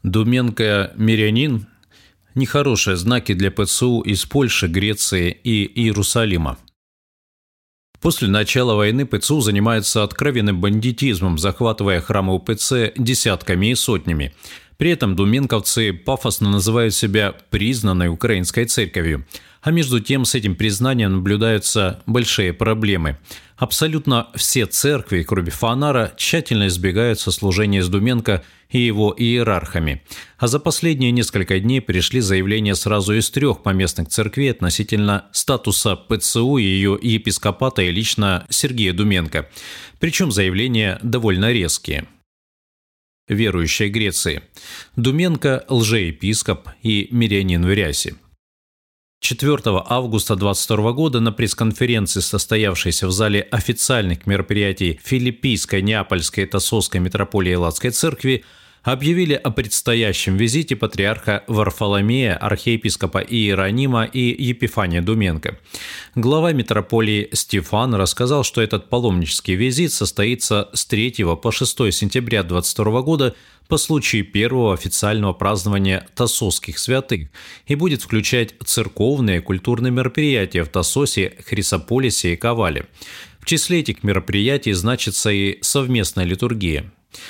Думенко мирянин – нехорошие знаки для ПЦУ из Польши, Греции и Иерусалима. После начала войны ПЦУ занимается откровенным бандитизмом, захватывая храмы УПЦ десятками и сотнями. При этом думенковцы пафосно называют себя признанной украинской церковью. А между тем с этим признанием наблюдаются большие проблемы. Абсолютно все церкви, кроме Фанара, тщательно избегают сослужения с Думенко и его иерархами. А за последние несколько дней пришли заявления сразу из 3 поместных церквей относительно статуса ПЦУ и ее епископата и лично Сергея Думенко. Причем заявления довольно резкие. Верующие Греции. Думенко – лжеепископ и мирянин в рясе. 4 августа 2022 года на пресс-конференции, состоявшейся в зале официальных мероприятий Филиппийской, Неапольской и Тасовской митрополии Элладской церкви, объявили о предстоящем визите патриарха Варфоломея, архиепископа Иеронима и Епифания Думенко. Глава митрополии Стефан рассказал, что этот паломнический визит состоится с 3 по 6 сентября 2022 года по случаю первого официального празднования Тасовских святых и будет включать церковные и культурные мероприятия в Тасосе, Хрисополисе и Кавале. В числе этих мероприятий значится и совместная литургия.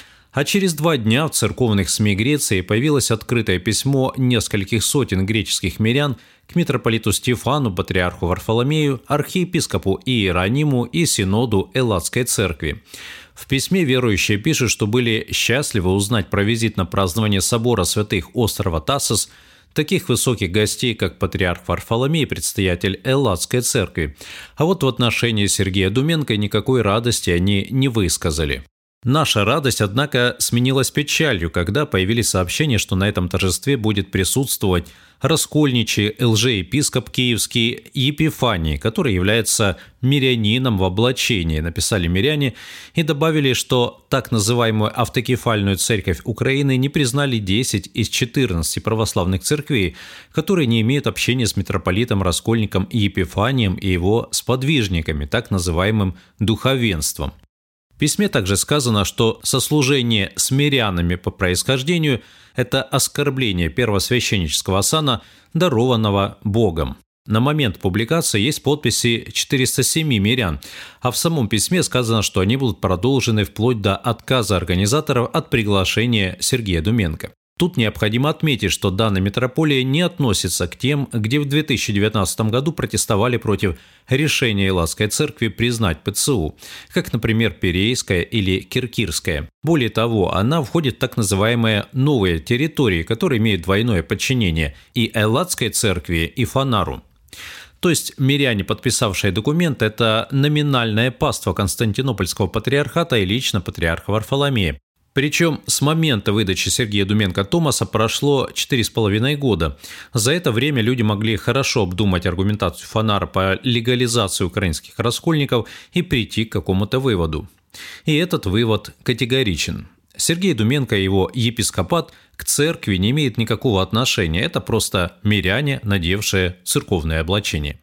А через 2 дня в церковных СМИ Греции появилось открытое письмо нескольких сотен греческих мирян к митрополиту Стефану, патриарху Варфоломею, архиепископу Иерониму и синоду Элладской церкви. В письме верующие пишут, что были счастливы узнать про визит на празднование собора святых острова Тассос таких высоких гостей, как патриарх Варфоломей, предстоятель Элладской церкви. А вот в отношении Сергея Думенко никакой радости они не высказали. Наша радость, однако, сменилась печалью, когда появились сообщения, что на этом торжестве будет присутствовать раскольничий лжеепископ киевский Епифаний, который является мирянином в облачении, написали миряне, и добавили, что так называемую автокефальную церковь Украины не признали 10 из 14 православных церквей, которые не имеют общения с митрополитом-раскольником Епифанием и его сподвижниками, так называемым духовенством. В письме также сказано, что сослужение с мирянами по происхождению – это оскорбление первосвященнического сана, дарованного Богом. На момент публикации есть подписи 407 мирян, а в самом письме сказано, что они будут продолжены вплоть до отказа организаторов от приглашения Сергея Думенко. Тут необходимо отметить, что данная митрополия не относится к тем, где в 2019 году протестовали против решения Элладской церкви признать ПЦУ, как, например, Пирейская или Киркирская. Более того, она входит в так называемые новые территории, которые имеют двойное подчинение и Элладской церкви, и Фанару. То есть миряне, подписавшие документ, это номинальная паства Константинопольского патриархата и лично патриарха Варфоломея. Причем с момента выдачи Сергея Думенко Томаса прошло 4,5 года. За это время люди могли хорошо обдумать аргументацию Фанара по легализации украинских раскольников и прийти к какому-то выводу. И этот вывод категоричен. Сергей Думенко и его епископат к церкви не имеют никакого отношения. Это просто миряне, надевшие церковное облачение.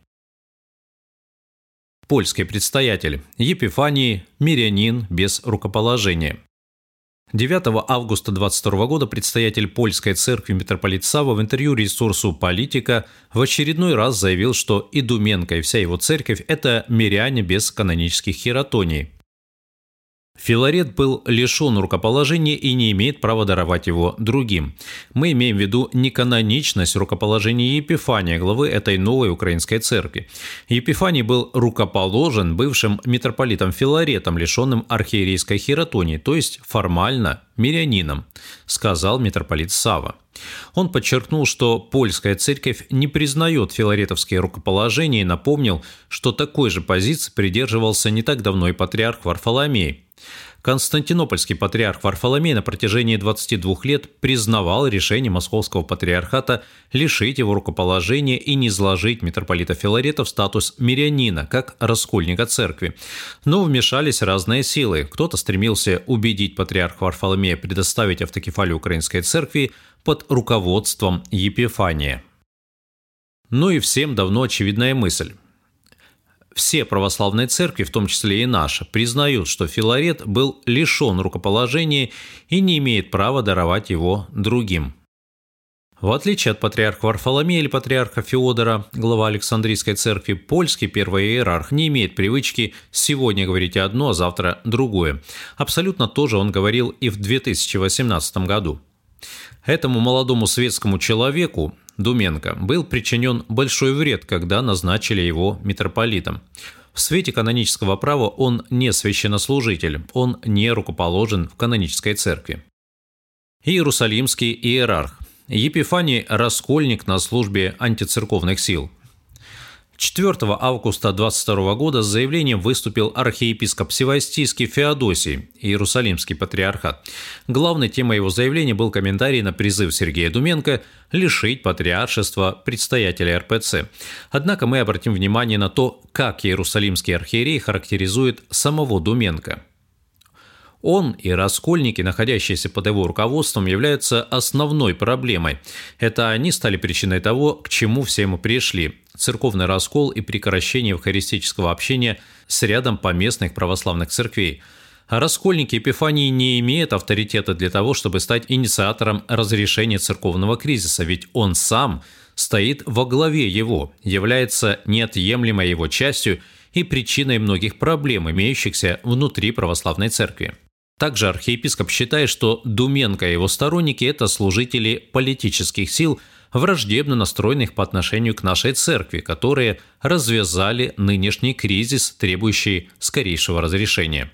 Польский предстоятель Епифаний, мирянин без рукоположения. 9 августа 2022 года предстоятель польской церкви митрополит Савва в интервью ресурсу «Политика» в очередной раз заявил, что и Думенко, и вся его церковь – это миряне без канонических хиротоний. Филарет был лишен рукоположения и не имеет права даровать его другим. Мы имеем в виду неканоничность рукоположения Епифания, главы этой новой украинской церкви. Епифаний был рукоположен бывшим митрополитом Филаретом, лишенным архиерейской хиротонии, то есть формально мирянином, сказал митрополит Савва. Он подчеркнул, что польская церковь не признает филаретовские рукоположения и напомнил, что такой же позиции придерживался не так давно и патриарх Варфоломей. Константинопольский патриарх Варфоломей на протяжении 22 лет признавал решение Московского патриархата лишить его рукоположения и низложить митрополита Филарета в статус мирянина, как раскольника церкви. Но вмешались разные силы. Кто-то стремился убедить патриарха Варфоломея предоставить автокефалию украинской церкви под руководством Епифания. Ну и всем давно очевидная мысль. все православные церкви, в том числе и наша, признают, что Филарет был лишен рукоположения и не имеет права даровать его другим. В отличие от патриарха Варфоломея или патриарха Феодора, глава Александрийской церкви, польский первый иерарх не имеет привычки сегодня говорить одно, а завтра другое. Абсолютно то же он говорил и в 2018 году. Этому молодому светскому человеку, Думенко, был причинен большой вред, когда назначили его митрополитом. В свете канонического права он не священнослужитель, он не рукоположен в канонической церкви. Иерусалимский иерарх. Епифаний Раскольник на службе антицерковных сил. 4 августа 22 года с заявлением выступил архиепископ Севастийский Феодосий, Иерусалимский патриархат. Главной темой его заявления был комментарий на призыв Сергея Думенко лишить патриаршества предстоятеля РПЦ. Однако мы обратим внимание на то, как Иерусалимский архиерей характеризует самого Думенко. Он и раскольники, находящиеся под его руководством, являются основной проблемой. Это они стали причиной того, к чему все мы пришли – церковный раскол и прекращение евхаристического общения с рядом поместных православных церквей. А раскольники Епифании не имеют авторитета для того, чтобы стать инициатором разрешения церковного кризиса, ведь он сам стоит во главе его, является неотъемлемой его частью и причиной многих проблем, имеющихся внутри православной церкви. Также архиепископ считает, что Думенко и его сторонники – это служители политических сил, враждебно настроенных по отношению к нашей церкви, которые развязали нынешний кризис, требующий скорейшего разрешения.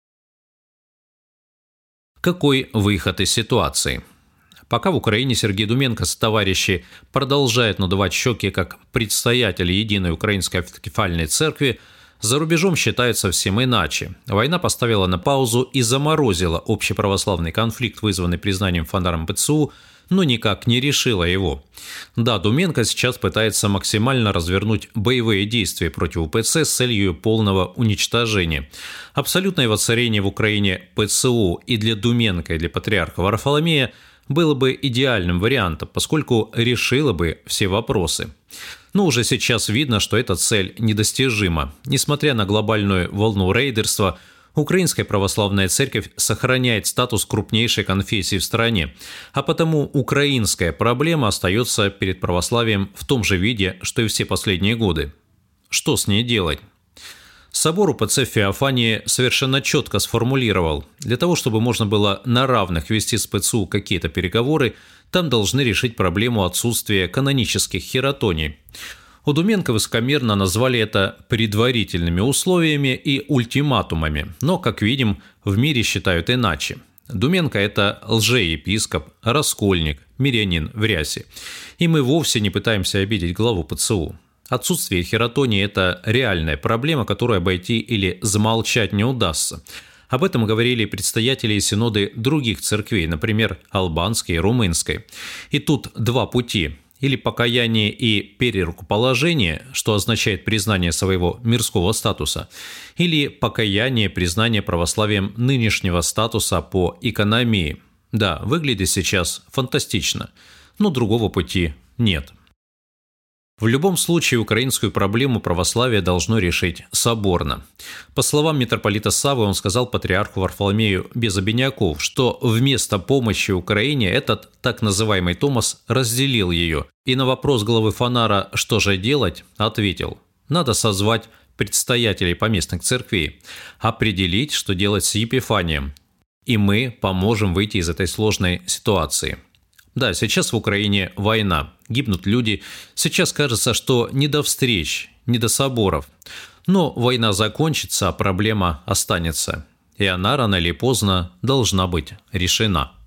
Какой выход из ситуации? Пока в Украине Сергей Думенко с товарищи продолжает надувать щеки как предстоятель единой украинской автокефальной церкви, за рубежом считают совсем иначе. Война поставила на паузу и заморозила общеправославный конфликт, вызванный признанием Фонаром ПЦУ, но никак не решила его. Да, Думенко сейчас пытается максимально развернуть боевые действия против УПЦ с целью полного уничтожения. Абсолютное воцарение в Украине ПЦУ и для Думенко, и для патриарха Варфоломея было бы идеальным вариантом, поскольку решило бы все вопросы. Но уже сейчас видно, что эта цель недостижима. Несмотря на глобальную волну рейдерства, Украинская православная церковь сохраняет статус крупнейшей конфессии в стране, а потому украинская проблема остается перед православием в том же виде, что и все последние годы. Что с ней делать? Собор УПЦ Феофании совершенно четко сформулировал: для того, чтобы можно было на равных вести с ПЦУ какие-то переговоры, там должны решить проблему отсутствия канонических хератоний. У Думенко высокомерно назвали это предварительными условиями и ультиматумами, но, как видим, в мире считают иначе. Думенко – это лжеепископ, раскольник, мирянин в рясе. И мы вовсе не пытаемся обидеть главу ПЦУ. Отсутствие хератонии – это реальная проблема, которую обойти или замолчать не удастся. Об этом говорили предстоятели и синоды других церквей, например, албанской и румынской. И тут два пути – или покаяние и перерукоположение, что означает признание своего мирского статуса, или покаяние и признание православием нынешнего статуса по икономии. Да, выглядит сейчас фантастично, но другого пути нет. В любом случае, украинскую проблему православия должно решить соборно. По словам митрополита Саввы, он сказал патриарху Варфоломею без обиняков, что вместо помощи Украине этот так называемый Томас разделил ее, и на вопрос главы Фонара «что же делать?» ответил: надо созвать предстоятелей поместных церквей, определить, что делать с Епифанием, и мы поможем выйти из этой сложной ситуации. Да, сейчас в Украине война, гибнут люди, сейчас кажется, что не до встреч, не до соборов. Но война закончится, а проблема останется, и она рано или поздно должна быть решена.